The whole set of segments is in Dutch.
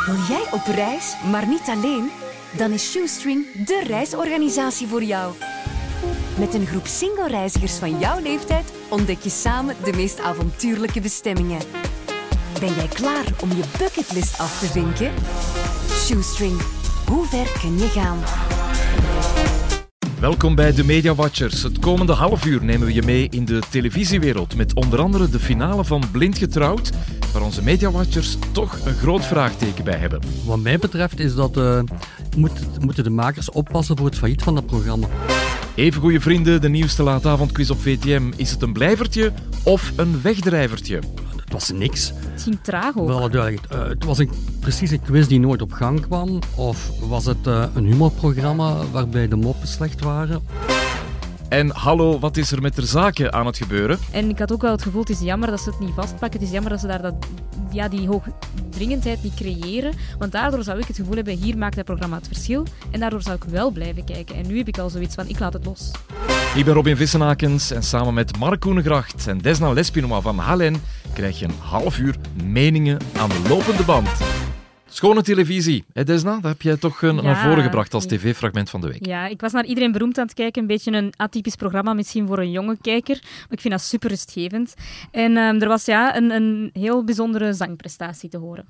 Wil jij op reis, maar niet alleen? Dan is Shoestring de reisorganisatie voor jou. Met een groep single-reizigers van jouw leeftijd ontdek je samen de meest avontuurlijke bestemmingen. Ben jij klaar om je bucketlist af te vinken? Shoestring. Hoe ver kun je gaan? Welkom bij de Media Watchers. Het komende half uur nemen we je mee in de televisiewereld met onder andere de finale van Blind Getrouwd, waar onze Media Watchers toch een groot vraagteken bij hebben. Wat mij betreft is dat moeten de makers oppassen voor het failliet van dat programma. Even goede vrienden, de nieuwste laatavondquiz op VTM. Is het een blijvertje of een wegdrijvertje? Het was niks. Het ging traag ook. Wel duidelijk. Het was precies een quiz die nooit op gang kwam. Of was het een humorprogramma waarbij de moppen slecht waren? En hallo, wat is er met de zaken aan het gebeuren? En ik had ook wel het gevoel, het is jammer dat ze het niet vastpakken. Het is jammer dat ze daar die hoogdringendheid niet creëren. Want daardoor zou ik het gevoel hebben, hier maakt het programma het verschil. En daardoor zou ik wel blijven kijken. En nu heb ik al zoiets van, ik laat het los. Ik ben Robin Vissenakens en samen met Mark Koenegracht en Desna Lespinois van HLN krijg je een half uur meningen aan de lopende band. Schone televisie, hè Desna? Dat heb jij toch naar voren gebracht als tv-fragment van de week. Ja, ik was naar Iedereen Beroemd aan het kijken. Een beetje een atypisch programma, misschien voor een jonge kijker. Maar ik vind dat super rustgevend. En er was een heel bijzondere zangprestatie te horen.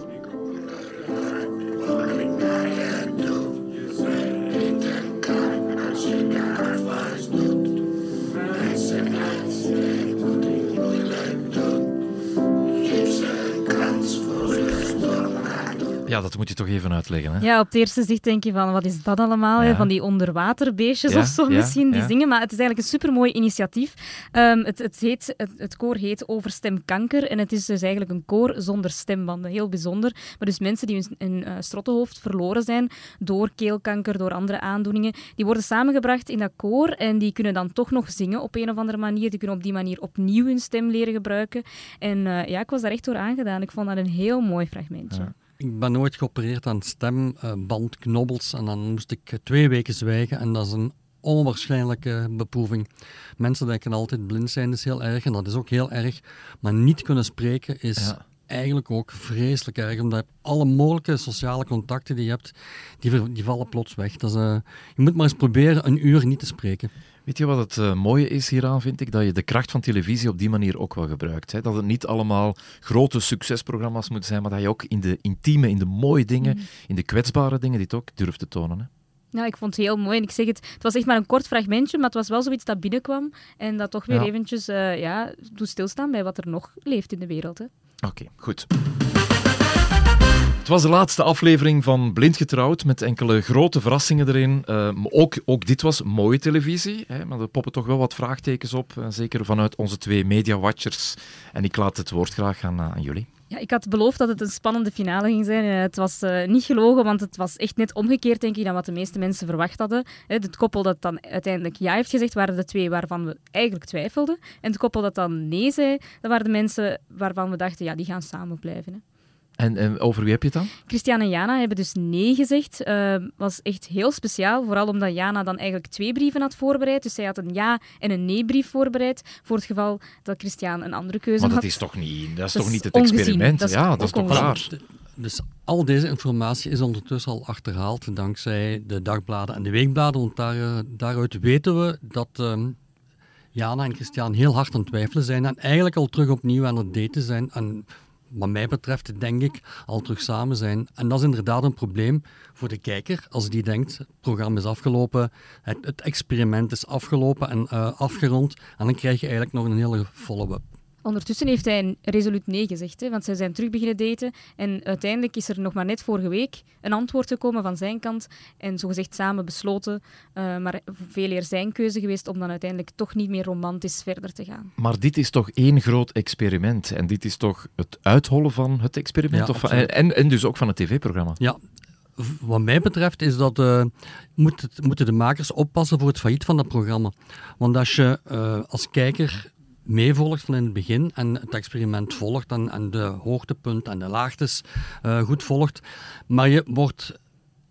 Ja, dat moet je toch even uitleggen, hè? Ja, op het eerste zicht denk je van, wat is dat allemaal? Ja. Van die onderwaterbeestjes of zo misschien, die zingen. Maar het is eigenlijk een supermooi initiatief. Het koor heet Over Stemkanker. En het is dus eigenlijk een koor zonder stembanden. Heel bijzonder. Maar dus mensen die hun strottenhoofd verloren zijn door keelkanker, door andere aandoeningen, die worden samengebracht in dat koor en die kunnen dan toch nog zingen op een of andere manier. Die kunnen op die manier opnieuw hun stem leren gebruiken. En ik was daar echt door aangedaan. Ik vond dat een heel mooi fragmentje. Ja. Ik ben nooit geopereerd aan stembandknobbels en dan moest ik 2 weken zwijgen en dat is een onwaarschijnlijke beproeving. Mensen denken altijd blind zijn is heel erg en dat is ook heel erg, maar niet kunnen spreken is eigenlijk ook vreselijk erg, omdat alle mogelijke sociale contacten die je hebt, die vallen plots weg. Dus, je moet maar eens proberen 1 uur niet te spreken. Weet je wat het mooie is hieraan, vind ik? Dat je de kracht van televisie op die manier ook wel gebruikt. Hè? Dat het niet allemaal grote succesprogramma's moeten zijn, maar dat je ook in de intieme, in de mooie dingen, in de kwetsbare dingen dit ook durft te tonen. Hè? Ja, ik vond het heel mooi. En ik zeg het was echt maar een kort fragmentje, maar het was wel zoiets dat binnenkwam en dat toch weer eventjes doet stilstaan bij wat er nog leeft in de wereld. Oké, goed. Het was de laatste aflevering van Blind Getrouwd met enkele grote verrassingen erin. Ook dit was mooie televisie, hè, maar er poppen toch wel wat vraagtekens op. Zeker vanuit onze 2 media-watchers. En ik laat het woord graag aan jullie. Ja, ik had beloofd dat het een spannende finale ging zijn. Het was niet gelogen, want het was echt net omgekeerd, denk ik, dan wat de meeste mensen verwacht hadden. Het koppel dat dan uiteindelijk ja heeft gezegd, waren de 2 waarvan we eigenlijk twijfelden. En het koppel dat dan nee zei, dat waren de mensen waarvan we dachten, ja, die gaan samen blijven. Hè. En over wie heb je het dan? Christian en Jana hebben dus nee gezegd. Was echt heel speciaal, vooral omdat Jana dan eigenlijk 2 brieven had voorbereid. Dus zij had een ja- en een nee-brief voorbereid, voor het geval dat Christian een andere keuze had. Maar dat is toch niet het ongezien. experiment? Dat is dat is toch klaar? Dus al deze informatie is ondertussen al achterhaald dankzij de dagbladen en de weekbladen, want daaruit weten we dat Jana en Christian heel hard aan het twijfelen zijn en eigenlijk al terug opnieuw aan het daten zijn en wat mij betreft, denk ik, al terug samen zijn. En dat is inderdaad een probleem voor de kijker, als die denkt, het programma is afgelopen, het experiment is afgelopen en afgerond, en dan krijg je eigenlijk nog een hele follow-up. Ondertussen heeft hij resoluut nee gezegd, hè, want zij zijn terug beginnen daten. En uiteindelijk is er nog maar net vorige week een antwoord gekomen van zijn kant. En zogezegd samen besloten, maar veel eer zijn keuze geweest om dan uiteindelijk toch niet meer romantisch verder te gaan. Maar dit is toch 1 groot experiment. En dit is toch het uithollen van het experiment? Ja, en dus ook van het tv-programma? Ja. Wat mij betreft is dat moeten de makers oppassen voor het failliet van dat programma. Want als je als kijker meevolgt van in het begin en het experiment volgt en de hoogtepunten en de laagtes goed volgt, maar je wordt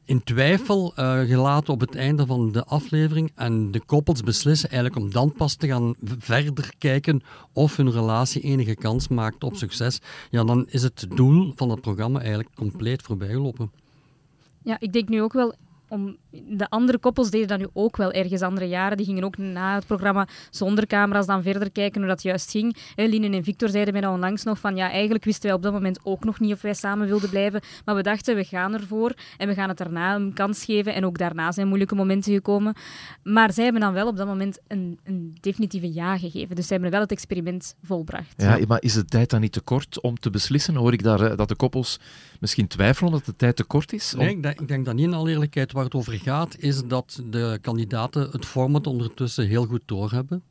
in twijfel gelaten op het einde van de aflevering en de koppels beslissen eigenlijk om dan pas te gaan verder kijken of hun relatie enige kans maakt op succes, ja, dan is het doel van het programma eigenlijk compleet voorbijgelopen. Ja, ik denk nu ook wel... De andere koppels deden dat nu ook wel ergens andere jaren. Die gingen ook na het programma zonder camera's dan verder kijken hoe dat juist ging. Line en Victor zeiden mij onlangs nog van ja, eigenlijk wisten wij op dat moment ook nog niet of wij samen wilden blijven. Maar we dachten, we gaan ervoor en we gaan het daarna een kans geven. En ook daarna zijn moeilijke momenten gekomen. Maar zij hebben dan wel op dat moment een definitieve ja gegeven. Dus zij hebben wel het experiment volbracht. Ja, maar is de tijd dan niet te kort om te beslissen? Hoor ik daar dat de koppels misschien twijfelen dat de tijd te kort is? Nee, ik denk dat niet in alle eerlijkheid. Waar het over gaat, is dat de kandidaten het format ondertussen heel goed doorhebben.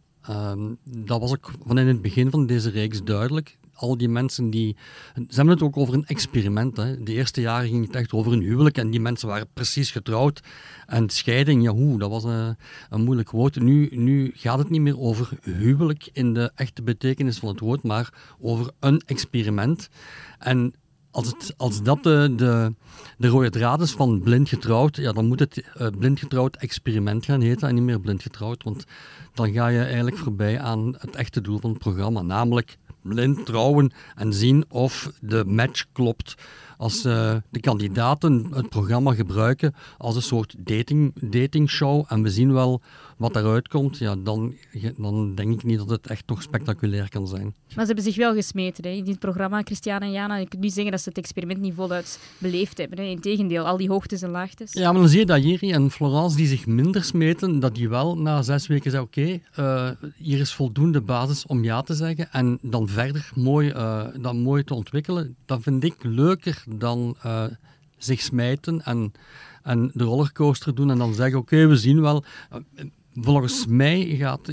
Dat was ook van in het begin van deze reeks duidelijk. Al die mensen ze hebben het ook over een experiment. Hè. De eerste jaren ging het echt over een huwelijk en die mensen waren precies getrouwd. En scheiding, dat was een moeilijk woord. Nu gaat het niet meer over huwelijk in de echte betekenis van het woord, maar over een experiment. En als dat de rode draad is van blind getrouwd, ja, dan moet het blind getrouwd experiment gaan heten en niet meer blind getrouwd, want dan ga je eigenlijk voorbij aan het echte doel van het programma, namelijk blind trouwen en zien of de match klopt. Als de kandidaten het programma gebruiken als een soort datingshow en we zien wel wat daaruit komt, ja, dan denk ik niet dat het echt nog spectaculair kan zijn. Maar ze hebben zich wel gesmeten in dit programma, Christiane en Jana. Ik kan niet zeggen dat ze het experiment niet voluit beleefd hebben. Integendeel, al die hoogtes en laagtes. Ja, maar dan zie je dat Jiri en Florence, die zich minder smeten, dat die wel na 6 weken zei, oké, hier is voldoende basis om ja te zeggen en dan verder mooi te ontwikkelen. Dat vind ik leuker dan zich smijten en de rollercoaster doen en dan zeggen, oké, we zien wel. Volgens mij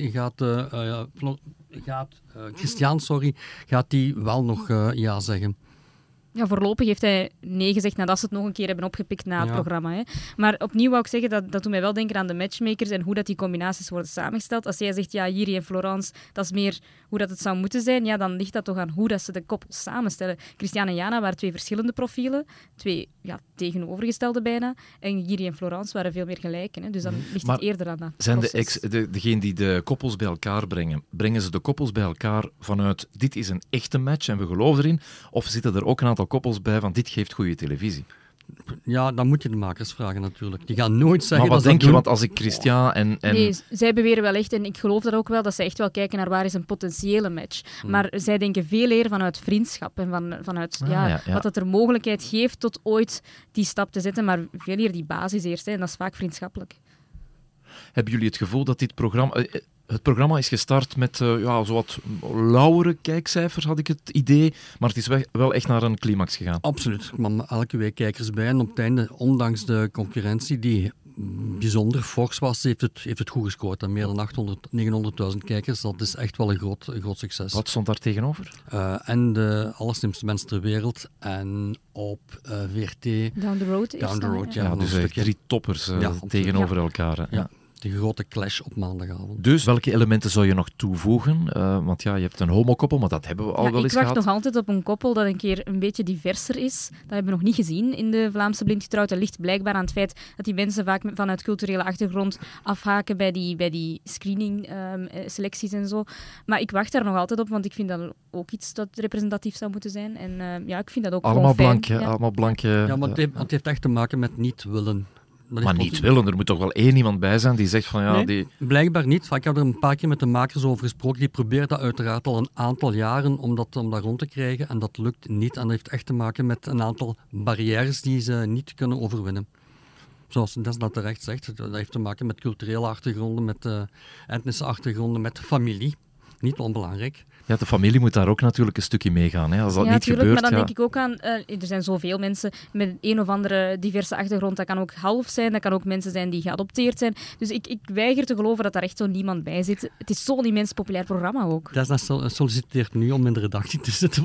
gaat die wel nog ja zeggen. Ja, voorlopig heeft hij nee gezegd nadat ze het nog een keer hebben opgepikt na het programma. Hè. Maar opnieuw wou ik zeggen, dat doet mij wel denken aan de matchmakers en hoe dat die combinaties worden samengesteld. Als jij zegt, ja, Jiri en Florence, dat is meer hoe dat het zou moeten zijn, ja, dan ligt dat toch aan hoe dat ze de koppels samenstellen. Christiane en Jana waren 2 verschillende profielen, 2 tegenovergestelde bijna. En Jiri en Florence waren veel meer gelijk. Hè. Dus dan ligt het eerder aan dat zijn proces. degenen die de koppels bij elkaar brengen ze de koppels bij elkaar vanuit dit is een echte match en we geloven erin? Of zitten er ook een aantal koppels bij van dit geeft goede televisie? Ja, dan moet je de makers vragen natuurlijk. Die gaan nooit zeggen maar wat dat denk je? Want als ik Christian en... Nee, zij beweren wel echt, en ik geloof dat ook wel, dat ze echt wel kijken naar waar is een potentiële match. Maar zij denken veel eer vanuit vriendschap en vanuit wat het er mogelijkheid geeft tot ooit die stap te zetten, maar veel eer die basis eerst, hè, en dat is vaak vriendschappelijk. Hebben jullie het gevoel dat dit programma... Het programma is gestart met zowat lauwere kijkcijfers, had ik het idee. Maar het is wel echt naar een climax gegaan. Absoluut. Er kwamen elke week kijkers bij. En op het einde, ondanks de concurrentie die bijzonder fors was, heeft het goed gescoord. En meer dan 900.000 kijkers, dat is echt wel een groot succes. Wat stond daar tegenover? En de allerslimste mensen ter wereld. En op VRT... Down the Road. Ja, dus 3 toppers tegenover elkaar. Ja. De grote clash op maandagavond. Dus welke elementen zou je nog toevoegen? Want je hebt een homokoppel, maar dat hebben we al wel eens gehad. Ik wacht nog altijd op een koppel dat een keer een beetje diverser is. Dat hebben we nog niet gezien in de Vlaamse blindgetrouwd. Dat ligt blijkbaar aan het feit dat die mensen vaak vanuit culturele achtergrond afhaken bij die screening selecties en zo. Maar ik wacht daar nog altijd op, want ik vind dat ook iets dat representatief zou moeten zijn. En ik vind dat ook allemaal gewoon fijn. Allemaal blanke... Ja, maar het heeft echt te maken met niet willen. Maar niet willen, er moet toch wel één iemand bij zijn die zegt van nee, blijkbaar niet. Ik heb er een paar keer met de makers over gesproken. Die proberen dat uiteraard al een aantal jaren om dat rond te krijgen. En dat lukt niet. En dat heeft echt te maken met een aantal barrières die ze niet kunnen overwinnen. Zoals Desna terecht zegt, dat heeft te maken met culturele achtergronden, met etnische achtergronden, met familie. Niet onbelangrijk. Ja, de familie moet daar ook natuurlijk een stukje meegaan. Hè. Als dat niet tuurlijk, gebeurt... maar dan denk ik ook aan... er zijn zoveel mensen met een of andere diverse achtergrond. Dat kan ook half zijn, dat kan ook mensen zijn die geadopteerd zijn. Dus ik weiger te geloven dat daar echt zo niemand bij zit. Het is zo'n immens populair programma ook. Desna solliciteert nu om in de redactie te zitten.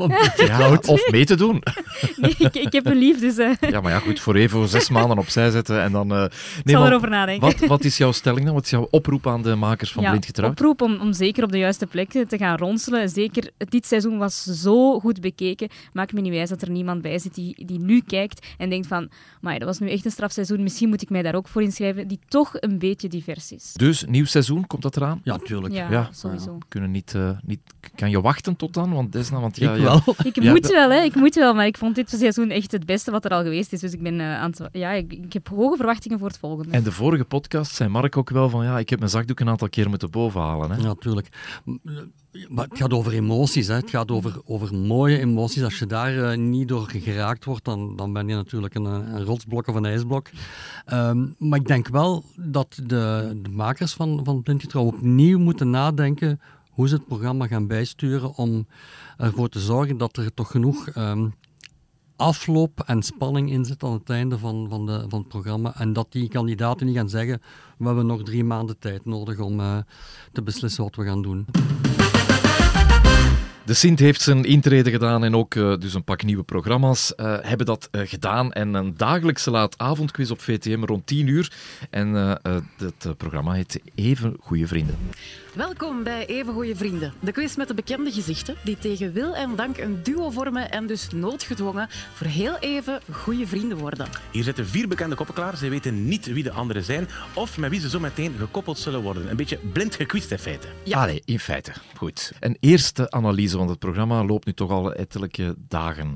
Of mee te doen. Nee, ik heb een lief, dus... Ja, maar ja, goed, voor 6 maanden opzij zetten en dan... ik zal erover nadenken. Wat is jouw stelling dan? Wat is jouw oproep aan de makers van Blindgetrouwd? Oproep om zeker op de juiste plek projecten te gaan ronselen. Zeker dit seizoen was zo goed bekeken. Maak me niet wijs dat er niemand bij zit die nu kijkt en denkt van, maar dat was nu echt een strafseizoen, misschien moet ik mij daar ook voor inschrijven, die toch een beetje divers is. Dus, nieuw seizoen, komt dat eraan? Ja, tuurlijk. Ja, sowieso. Kunnen niet, kan je wachten tot dan? Want ik wel. Ik moet wel, maar ik vond dit seizoen echt het beste wat er al geweest is. Dus ik ben ik heb hoge verwachtingen voor het volgende. En de vorige podcast zei Mark ook wel van, ik heb mijn zakdoek een aantal keer moeten bovenhalen. Hè? Ja, natuurlijk. Maar het gaat over emoties. Hè. Het gaat over mooie emoties. Als je daar niet door geraakt wordt, dan ben je natuurlijk een rotsblok of een ijsblok. Maar ik denk wel dat de makers van Blind Getrouw opnieuw moeten nadenken hoe ze het programma gaan bijsturen om ervoor te zorgen dat er toch genoeg afloop en spanning in zit aan het einde van het programma. En dat die kandidaten niet gaan zeggen, we hebben nog 3 maanden tijd nodig om te beslissen wat we gaan doen. De Sint heeft zijn intrede gedaan en ook dus een pak nieuwe programma's hebben dat gedaan. En een dagelijkse laatavondquiz op VTM rond 10 uur. En het programma heet Even Goede Vrienden. Welkom bij Even Goede Vrienden. De quiz met de bekende gezichten die tegen wil en dank een duo vormen en dus noodgedwongen voor heel even goede vrienden worden. Hier zitten 4 bekende koppen klaar. Zij weten niet wie de anderen zijn of met wie ze zo meteen gekoppeld zullen worden. Een beetje blind gekwist in feite. Ja. Allee, in feite. Goed. Een eerste analyse, want het programma loopt nu toch al ettelijke dagen.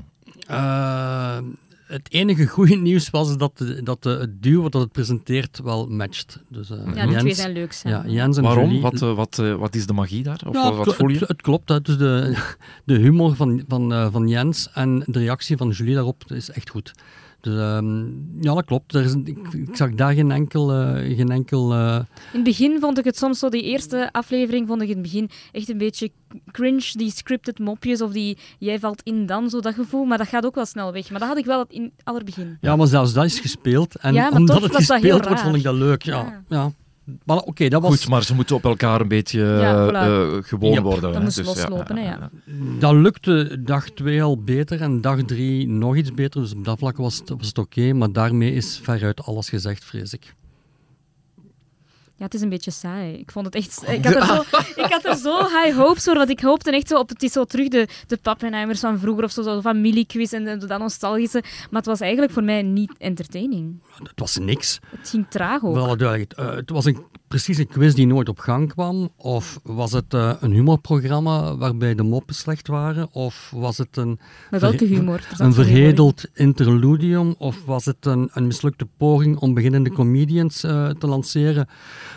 Het enige goede nieuws was dat het duo dat het presenteert wel matcht. Dus, die 2 zijn leuk. Ja, Jens en waarom? Julie. Wat is de magie daar? Of Ja, wat voel je? Het klopt. Hè. Dus de humor van Jens en de reactie van Julie daarop is echt goed. Dus, ja, dat klopt. Ik zag daar geen enkel... In het begin vond ik het soms zo, die eerste aflevering vond ik in het begin echt een beetje cringe, die scripted mopjes of die jij valt in dan, zo dat gevoel. Maar dat gaat ook wel snel weg. Maar dat had ik wel in het allerbegin. Ja, maar zelfs dat is gespeeld. En ja, maar omdat toch het was dat gespeeld heel wordt, raar. vond ik dat leuk. Ja. Maar oké, dat was... Goed, maar ze moeten op elkaar een beetje gewoon worden. Dat moest loslopen, hè. Dat lukte dag 2 al beter en dag 3 nog iets beter. Dus op dat vlak was het oké, maar daarmee is veruit alles gezegd, vrees ik. Ja, het is een beetje saai. Ik vond het echt... Ik had er zo high hopes voor, want ik hoopte echt zo op... Het is zo terug de Pappenheimers van vroeger of zo familiequiz en dat nostalgische. Maar het was eigenlijk voor mij niet entertaining. Het was niks. Het ging traag ook. Voor alle duidelijkheid. Het was precies een quiz die nooit op gang kwam. Of was het een humorprogramma waarbij de moppen slecht waren? Of was het een... Maar welke humor? Een verhedeld interludium? Of was het een mislukte poging om beginnende comedians te lanceren?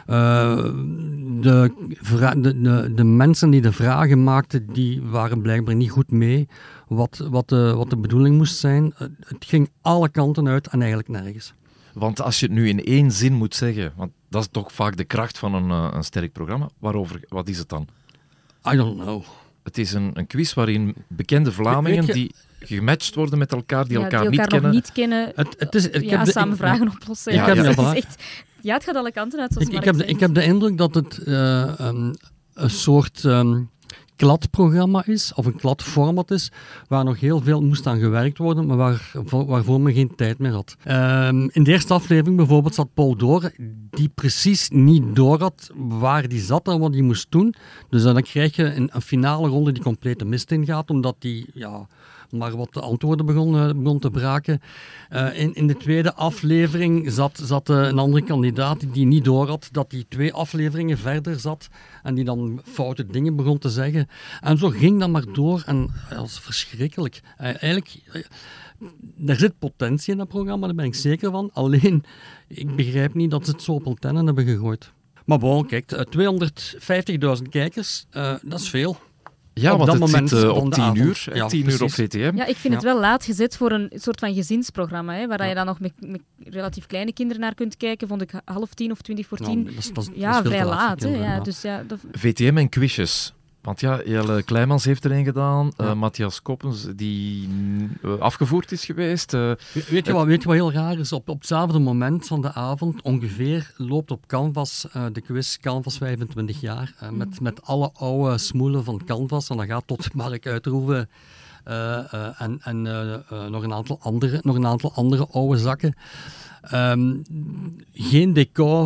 De mensen die de vragen maakten, die waren blijkbaar niet goed mee wat de bedoeling moest zijn. Het ging alle kanten uit en eigenlijk nergens. Want als je het nu in 1 zin moet zeggen, want dat is toch vaak de kracht van een sterk programma, wat is het dan? I don't know. Het is een quiz waarin bekende Vlamingen die gematcht worden met elkaar, die elkaar niet kennen. Nog niet kennen. Samen vragen oplossen. Het gaat alle kanten uit. Ik heb de indruk dat het een soort kladprogramma is, of een kladformat is, waar nog heel veel moest aan gewerkt worden, maar waarvoor men geen tijd meer had. In de eerste aflevering bijvoorbeeld zat Paul Door, die precies niet door had waar die zat en wat hij moest doen. Dus dan krijg je een finale ronde die complete mist ingaat, omdat die... maar wat de antwoorden begon te braken. In de tweede aflevering zat een andere kandidaat die niet door had dat hij 2 afleveringen verder zat en die dan foute dingen begon te zeggen. En zo ging dat maar door en dat was verschrikkelijk. Eigenlijk, er zit potentie in dat programma, daar ben ik zeker van. Alleen, ik begrijp niet dat ze het zo op antennen hebben gegooid. Maar bon, kijk, 250.000 kijkers, dat is veel. Ja, want het zit op 10 uur. Ja, 10 uur op VTM. Ja, ik vind het wel laat gezet voor een soort van gezinsprogramma, hè, waar je dan nog met relatief kleine kinderen naar kunt kijken. Vond ik 9:30 of 9:20. Dat is vrij laat. Hè, VTM en quizjes. Want ja, Jelle Kleimans heeft er een gedaan. Matthias Koppens, die afgevoerd is geweest. Weet je wat heel raar is? Op hetzelfde moment van de avond ongeveer loopt op Canvas de quiz Canvas 25 jaar. Met alle oude smoelen van Canvas. En dat gaat tot Mark Uiterhoeven en nog een aantal andere oude zakken. Geen decor,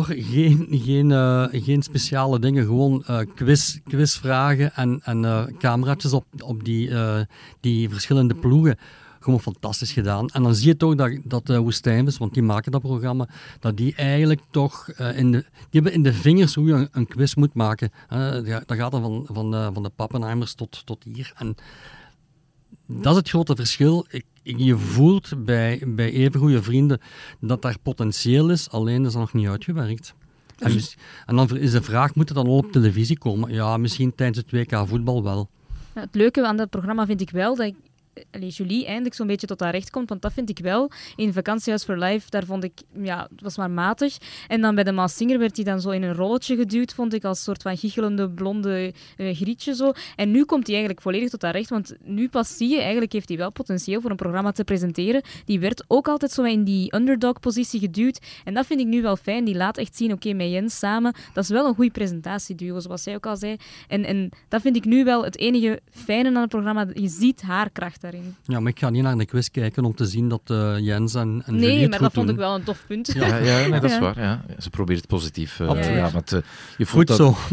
geen speciale dingen, gewoon quizvragen en cameraatjes op die verschillende ploegen. Gewoon fantastisch gedaan. En dan zie je toch dat Woestijnvis, want die maken dat programma, dat die eigenlijk toch die hebben in de vingers hoe je een quiz moet maken. Dat gaat dan van de Pappenheimers tot hier. En dat is het grote verschil. Je voelt bij even goede vrienden dat daar potentieel is, alleen is dat nog niet uitgewerkt. En dan is de vraag, moet het dan al op televisie komen? Ja, misschien tijdens het WK voetbal wel. Ja, het leuke aan dat programma vind ik wel dat Julie eindelijk zo'n beetje tot haar recht komt, want dat vind ik wel. In Vakantiehuis for Life, daar vond ik, het was maar matig. En dan bij de Maas Singer werd hij dan zo in een rolletje geduwd, vond ik, als soort van giechelende blonde grietje zo. En nu komt hij eigenlijk volledig tot haar recht, want nu pas zie je, eigenlijk heeft hij wel potentieel voor een programma te presenteren. Die werd ook altijd zo in die underdog-positie geduwd. En dat vind ik nu wel fijn. Die laat echt zien, oké, met Jens samen, dat is wel een goede presentatieduo, zoals jij ook al zei. En dat vind ik nu wel het enige fijne aan het programma. Je ziet haar kracht daarin. Ja, maar ik ga niet naar de quiz kijken om te zien dat Jens en Julie het goed doen. Nee, maar dat vond ik wel een tof punt. Ja, dat is waar. Ja. Ze probeert het positief. Je voelt goed dat... zo.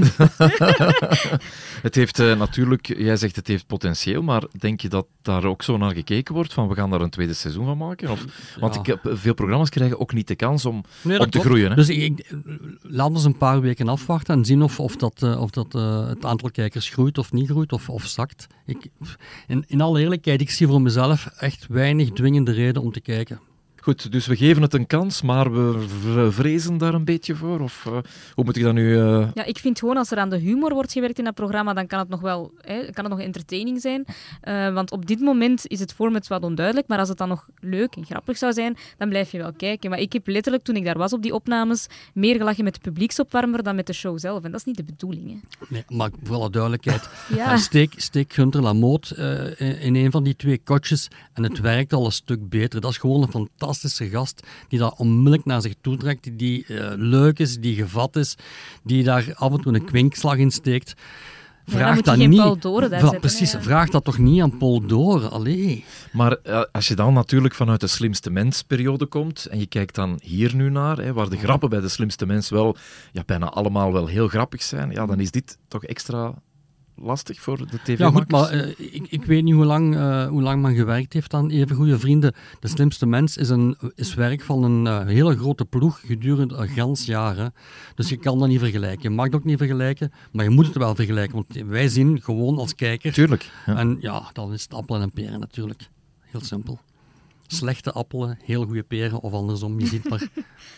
Het heeft natuurlijk, jij zegt het heeft potentieel, maar denk je dat daar ook zo naar gekeken wordt, van we gaan daar een tweede seizoen van maken? Want veel programma's krijgen ook niet de kans om te groeien. Hè? Dus laten we eens een paar weken afwachten en zien of dat het aantal kijkers groeit of niet groeit of zakt. In alle eerlijkheid, ik zie voor mezelf echt weinig dwingende reden om te kijken. Goed, dus we geven het een kans, maar we vrezen daar een beetje voor? Of hoe moet ik dat nu... Ja, ik vind gewoon, als er aan de humor wordt gewerkt in dat programma, dan kan het nog wel kan het nog entertaining zijn. Want op dit moment is het format wat onduidelijk, maar als het dan nog leuk en grappig zou zijn, dan blijf je wel kijken. Maar ik heb letterlijk, toen ik daar was op die opnames, meer gelachen met de publieksopwarmer dan met de show zelf. En dat is niet de bedoeling. Hè. Nee, maar voor alle duidelijkheid, ja. steek Gunther Lamoot in een van die twee kotjes en het werkt al een stuk beter. Dat is gewoon een fantastische gast die dat onmiddellijk naar zich toe trekt, die leuk is, die gevat is, die daar af en toe een kwinkslag in steekt. Vraag dat niet. Paul Doren daar zetten, precies, vraag dat toch niet aan Paul Doren. Allee. Maar als je dan natuurlijk vanuit de slimste mens-periode komt en je kijkt dan hier nu naar, waar de grappen bij de slimste mens wel bijna allemaal wel heel grappig zijn, dan is dit toch extra lastig voor de tv-makers? Ja, goed, maar ik weet niet hoe lang men gewerkt heeft aan Even Goede Vrienden. De Slimste Mens is werk van een hele grote ploeg gedurende een gans jaar. Hè. Dus je kan dat niet vergelijken. Je mag het ook niet vergelijken, maar je moet het wel vergelijken. Want wij zien gewoon als kijker... Tuurlijk. Ja. En dan is het appelen en peren natuurlijk. Heel simpel. Slechte appelen, heel goede peren of andersom. Je ziet maar...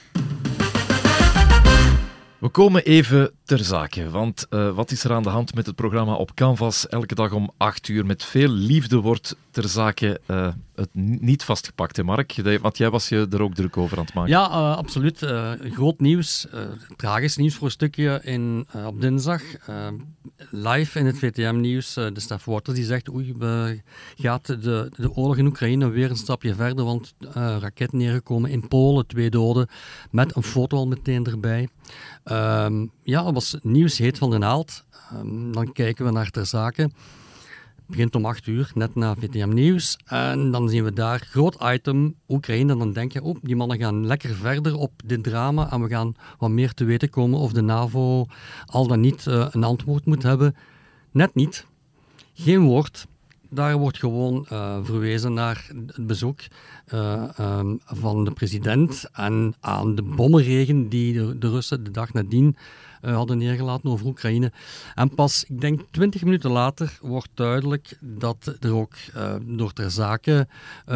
We komen even ter zake, want wat is er aan de hand met het programma op Canvas? Elke dag om 8:00 met veel liefde wordt ter zake het niet vastgepakt, hè Mark? Want jij was je er ook druk over aan het maken. Ja, absoluut. Groot nieuws, tragisch nieuws voor een stukje op dinsdag. Live in het VTM-nieuws, de Stef Wortels die zegt, gaat de oorlog in Oekraïne weer een stapje verder, want raket neergekomen in Polen, 2 doden, met een foto al meteen erbij. Dat was nieuws heet van de naald. Dan kijken we naar ter zake. Het begint om 8:00, net na VTM Nieuws. En dan zien we daar groot item Oekraïne. En dan denk je, die mannen gaan lekker verder op dit drama. En we gaan wat meer te weten komen of de NAVO al dan niet een antwoord moet hebben. Net niet. Geen woord. Daar wordt gewoon verwezen naar het bezoek van de president en aan de bommenregen die de Russen de dag nadien hadden neergelaten over Oekraïne. En pas, ik denk 20 minuten later, wordt duidelijk dat er ook door ter zake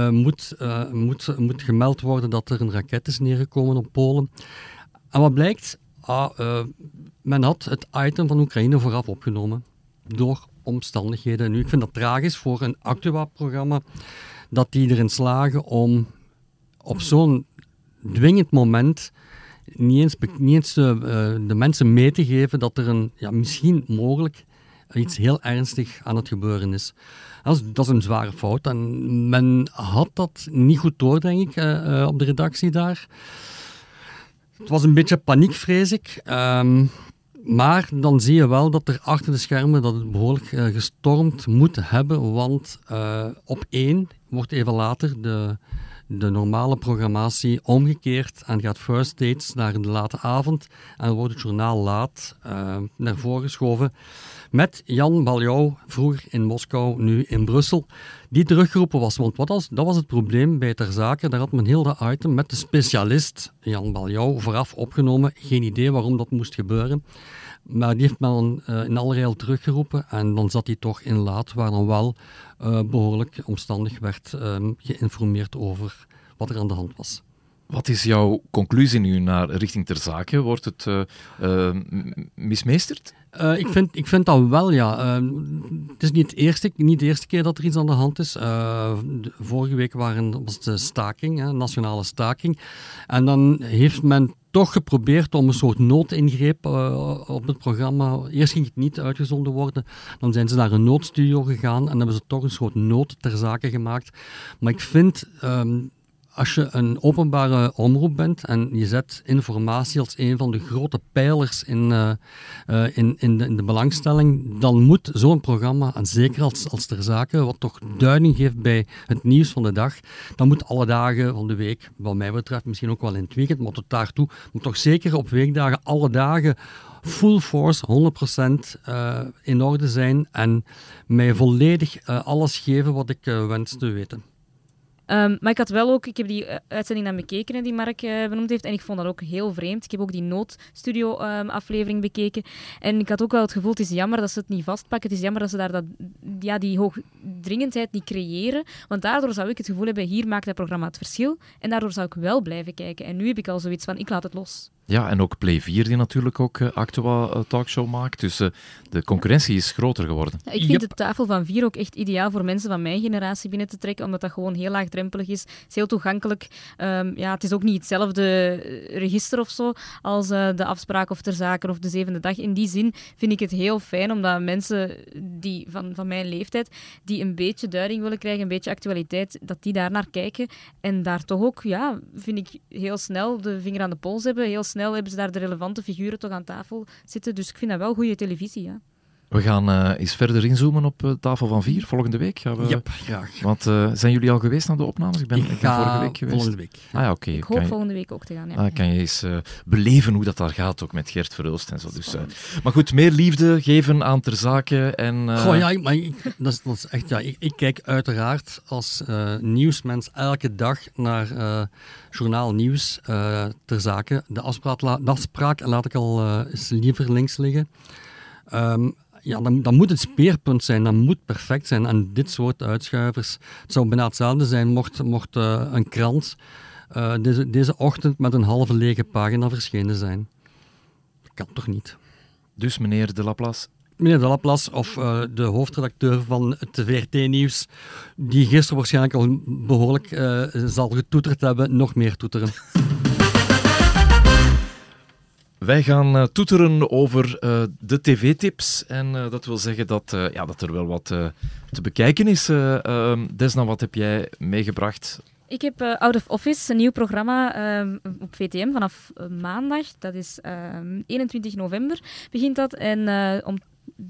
moet gemeld worden dat er een raket is neergekomen op Polen. En wat blijkt? Men had het item van Oekraïne vooraf opgenomen door omstandigheden. Nu, ik vind dat tragisch voor een Actua-programma dat die erin slagen om op zo'n dwingend moment niet eens de mensen mee te geven dat er misschien mogelijk iets heel ernstig aan het gebeuren is. Dat is een zware fout en men had dat niet goed door, denk ik, op de redactie daar. Het was een beetje paniek, vrees ik. Maar dan zie je wel dat er achter de schermen dat het behoorlijk gestormd moet hebben, want op 1 wordt even later de normale programmatie omgekeerd en gaat First Dates naar de late avond en dan wordt het journaal laat naar voren geschoven met Jan Baljou, vroeger in Moskou, nu in Brussel, die teruggeroepen was. Want dat was het probleem bij Ter Zake. Daar had men heel dat item met de specialist Jan Baljou vooraf opgenomen. Geen idee waarom dat moest gebeuren. Maar die heeft men in allerijl teruggeroepen en dan zat hij toch in laat, waar dan wel behoorlijk omstandig werd geïnformeerd over wat er aan de hand was. Wat is jouw conclusie nu richting Ter Zake? Wordt het mismeesterd? Ik vind dat wel, ja. Het is niet de eerste keer dat er iets aan de hand is. Vorige week was de staking, nationale staking. En dan heeft men toch geprobeerd om een soort noodingreep op het programma. Eerst ging het niet uitgezonden worden. Dan zijn ze naar een noodstudio gegaan en hebben ze toch een soort nood ter zake gemaakt. Maar ik vind... Als je een openbare omroep bent en je zet informatie als een van de grote pijlers in de belangstelling, dan moet zo'n programma, en zeker als Ter Zake, wat toch duiding geeft bij het nieuws van de dag, dan moet alle dagen van de week, wat mij betreft misschien ook wel in het weekend, maar tot daartoe moet toch zeker op weekdagen alle dagen full force, 100% in orde zijn en mij volledig alles geven wat ik wens te weten. Maar ik heb die uitzending dan bekeken die Mark benoemd heeft en ik vond dat ook heel vreemd. Ik heb ook die noodstudio-aflevering bekeken en ik had ook wel het gevoel, het is jammer dat ze het niet vastpakken. Het is jammer dat ze daar die hoogdringendheid niet creëren, want daardoor zou ik het gevoel hebben, hier maakt dat programma het verschil en daardoor zou ik wel blijven kijken. En nu heb ik al zoiets van, ik laat het los. Ja, en ook Play 4 die natuurlijk ook Actua Talkshow maakt. Dus de concurrentie is groter geworden. Ja, ik vind de tafel van 4 ook echt ideaal voor mensen van mijn generatie binnen te trekken, omdat dat gewoon heel laagdrempelig is. Het is heel toegankelijk. Het is ook niet hetzelfde register of zo als de Afspraak of Ter Zake of de Zevende Dag. In die zin vind ik het heel fijn, omdat mensen die van mijn leeftijd, die een beetje duiding willen krijgen, een beetje actualiteit, dat die daar naar kijken en daar toch ook, vind ik, heel snel de vinger aan de pols hebben. Heel snel hebben ze daar de relevante figuren toch aan tafel zitten. Dus ik vind dat wel goede televisie, ja. We gaan eens verder inzoomen op tafel van 4 volgende week. Yep, graag. Want zijn jullie al geweest naar de opnames? Ik ben vorige week geweest. Volgende week. Ah, ja, oké. Ik hoop volgende week ook te gaan. Ja. Kan je eens beleven hoe dat daar gaat, ook met Gert Verhulst en zo. Dus, maar goed, meer liefde geven aan Ter Zake en... Dat is echt... Ja, ik kijk uiteraard als nieuwsmens elke dag naar journaal nieuws Ter Zake. De afspraak laat ik al eens liever links liggen. Dan moet het speerpunt zijn, dat moet perfect zijn. En dit soort uitschuivers, het zou bijna hetzelfde zijn mocht een krant deze ochtend met een halve lege pagina verschenen zijn. Dat kan toch niet? Dus meneer De Laplace? Meneer De Laplace of de hoofdredacteur van het VRT-nieuws, die gisteren waarschijnlijk al behoorlijk zal getoeterd hebben, nog meer toeteren. Wij gaan toeteren over de tv-tips. En dat wil zeggen dat er wel wat te bekijken is. Desna, wat heb jij meegebracht? Ik heb Out of Office, een nieuw programma op VTM vanaf maandag. Dat is 21 november begint dat. En om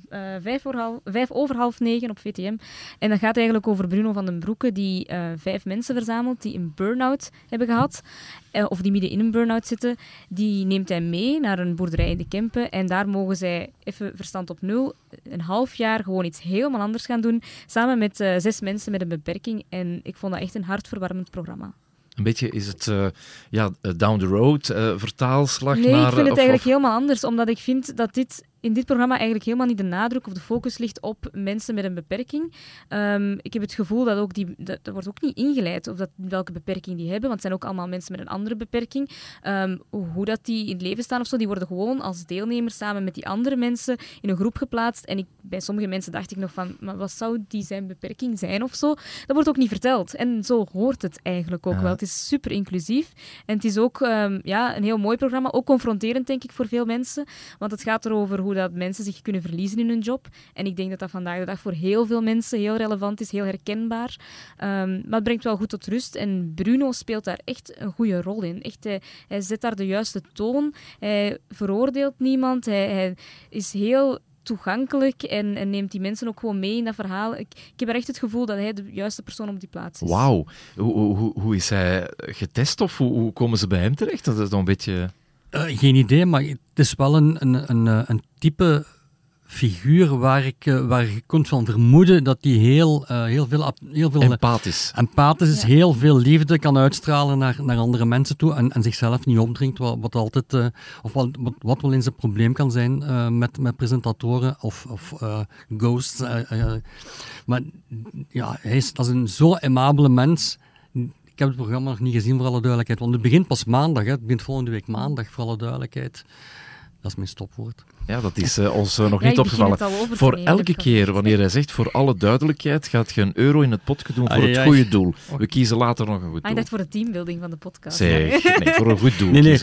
9:05 op VTM. En dat gaat eigenlijk over Bruno van den Broeke, die 5 mensen verzamelt die een burn-out hebben gehad. Of die midden in een burn-out zitten. Die neemt hij mee naar een boerderij in de Kempen. En daar mogen zij even verstand op nul, een half jaar gewoon iets helemaal anders gaan doen. Samen met 6 mensen met een beperking. En ik vond dat echt een hartverwarmend programma. Een beetje is het down the road, vertaalslag naar... Nee, ik vind het eigenlijk helemaal anders. Omdat ik vind dat in dit programma eigenlijk helemaal niet de nadruk of de focus ligt op mensen met een beperking. Ik heb het gevoel dat ook dat wordt ook niet ingeleid of welke beperking die hebben, want het zijn ook allemaal mensen met een andere beperking. Hoe dat die in het leven staan of zo, die worden gewoon als deelnemers samen met die andere mensen in een groep geplaatst. En bij sommige mensen dacht ik nog van, maar wat zou die zijn beperking zijn of zo? Dat wordt ook niet verteld. En zo hoort het eigenlijk ook wel. Het is super inclusief. En het is ook een heel mooi programma. Ook confronterend, denk ik, voor veel mensen. Want het gaat erover hoe dat mensen zich kunnen verliezen in hun job. En ik denk dat dat vandaag de dag voor heel veel mensen heel relevant is, heel herkenbaar. Maar het brengt wel goed tot rust. En Bruno speelt daar echt een goede rol in. Echt, hij zet daar de juiste toon. Hij veroordeelt niemand. Hij is heel toegankelijk en neemt die mensen ook gewoon mee in dat verhaal. Ik heb er echt het gevoel dat hij de juiste persoon op die plaats is. Wauw. Hoe is hij getest of hoe komen ze bij hem terecht? Dat is dan een beetje... Geen idee, maar het is wel een type figuur waar je kunt van vermoeden dat hij heel veel empathisch is, heel veel liefde kan uitstralen naar andere mensen toe en zichzelf niet opdringt, wat altijd wat wel eens een probleem kan zijn met presentatoren of ghosts. Maar ja, dat is een zo aimabele mens. Ik heb het programma nog niet gezien, voor alle duidelijkheid, want het begint pas maandag. Het begint volgende week maandag, voor alle duidelijkheid. Dat is mijn stopwoord. Ja, dat is ons nog niet opgevallen. Voor elke keer, wanneer hij zegt, voor alle duidelijkheid, gaat je €1 in het potje doen voor het goede doel. We kiezen later nog een goed doel. Ik dacht voor de teambuilding van de podcast. Nee, voor een goed doel. Nee.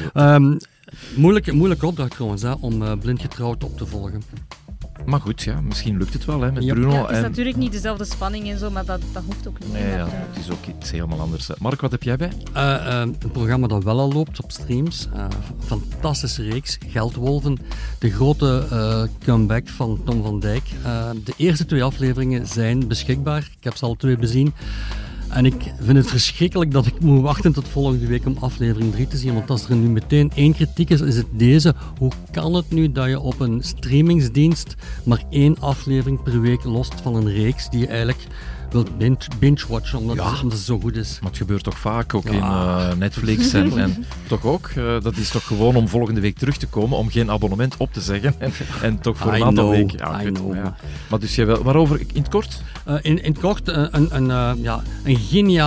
Moeilijke opdracht trouwens, om Blind Getrouwd op te volgen. Maar goed, ja, misschien lukt het wel hè, met Bruno. Ja, het is natuurlijk niet dezelfde spanning en zo, maar dat hoeft ook niet. Nee, ja, het is ook iets helemaal anders. Mark, wat heb jij bij? Een programma dat wel al loopt op streams. Fantastische reeks, Geldwolven. De grote comeback van Tom van Dijk. De eerste 2 afleveringen zijn beschikbaar. Ik heb ze alle 2 bezien. En ik vind het verschrikkelijk dat ik moet wachten tot volgende week om aflevering 3 te zien. Want als er nu meteen 1 kritiek is het deze. Hoe kan het nu dat je op een streamingsdienst maar 1 aflevering per week lost van een reeks die je eigenlijk wilt binge-watchen, omdat het zo goed is. Maar het gebeurt toch vaak, ook in Netflix en toch ook. Dat is toch gewoon om volgende week terug te komen, om geen abonnement op te zeggen. En toch voor een aantal weken. Ja, maar dus jij wel, waarover in het kort? In het kort, een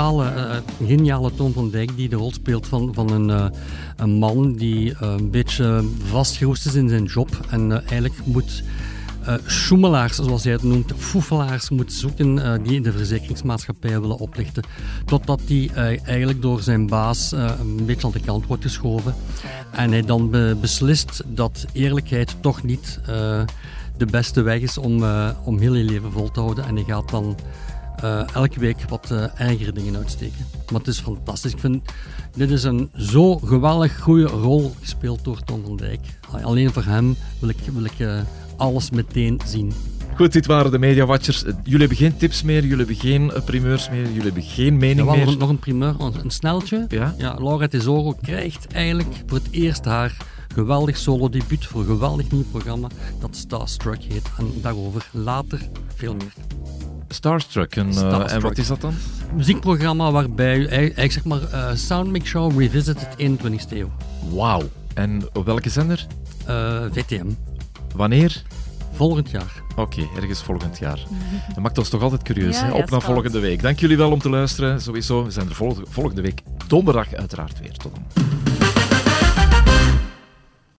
geniale Tom van Dijk die de rol speelt van een man die een beetje vastgeroest is in zijn job en eigenlijk moet schoemelaars, zoals hij het noemt, foefelaars moet zoeken die de verzekeringsmaatschappij willen oplichten. Totdat hij eigenlijk door zijn baas een beetje aan de kant wordt geschoven. En hij dan beslist dat eerlijkheid toch niet de beste weg is om heel je leven vol te houden. En hij gaat dan elke week wat ergere dingen uitsteken. Maar het is fantastisch. Ik vind, dit is een zo geweldig goede rol gespeeld door Tom van Dijk. Alleen voor hem wil ik alles meteen zien. Goed, dit waren de Media Watchers. Jullie hebben geen tips meer, jullie hebben geen primeurs meer, jullie hebben geen mening meer. Nog een primeur, een sneltje. Ja? Ja, Laura Tesoro krijgt eigenlijk voor het eerst haar geweldig solo-debuut voor een geweldig nieuw programma dat Starstruck heet. En daarover later veel meer. Starstruck. En wat is dat dan? Een muziekprogramma waarbij eigenlijk zeg maar Soundmix Show Revisited in de 20e eeuw. Wauw. En op welke zender? VTM. Wanneer? Volgend jaar. Oké, ergens volgend jaar. Dat maakt ons toch altijd curieus. Ja, hè? Op naar volgende week. Dank jullie wel om te luisteren. Sowieso, we zijn er volgende week donderdag uiteraard weer. Tot dan.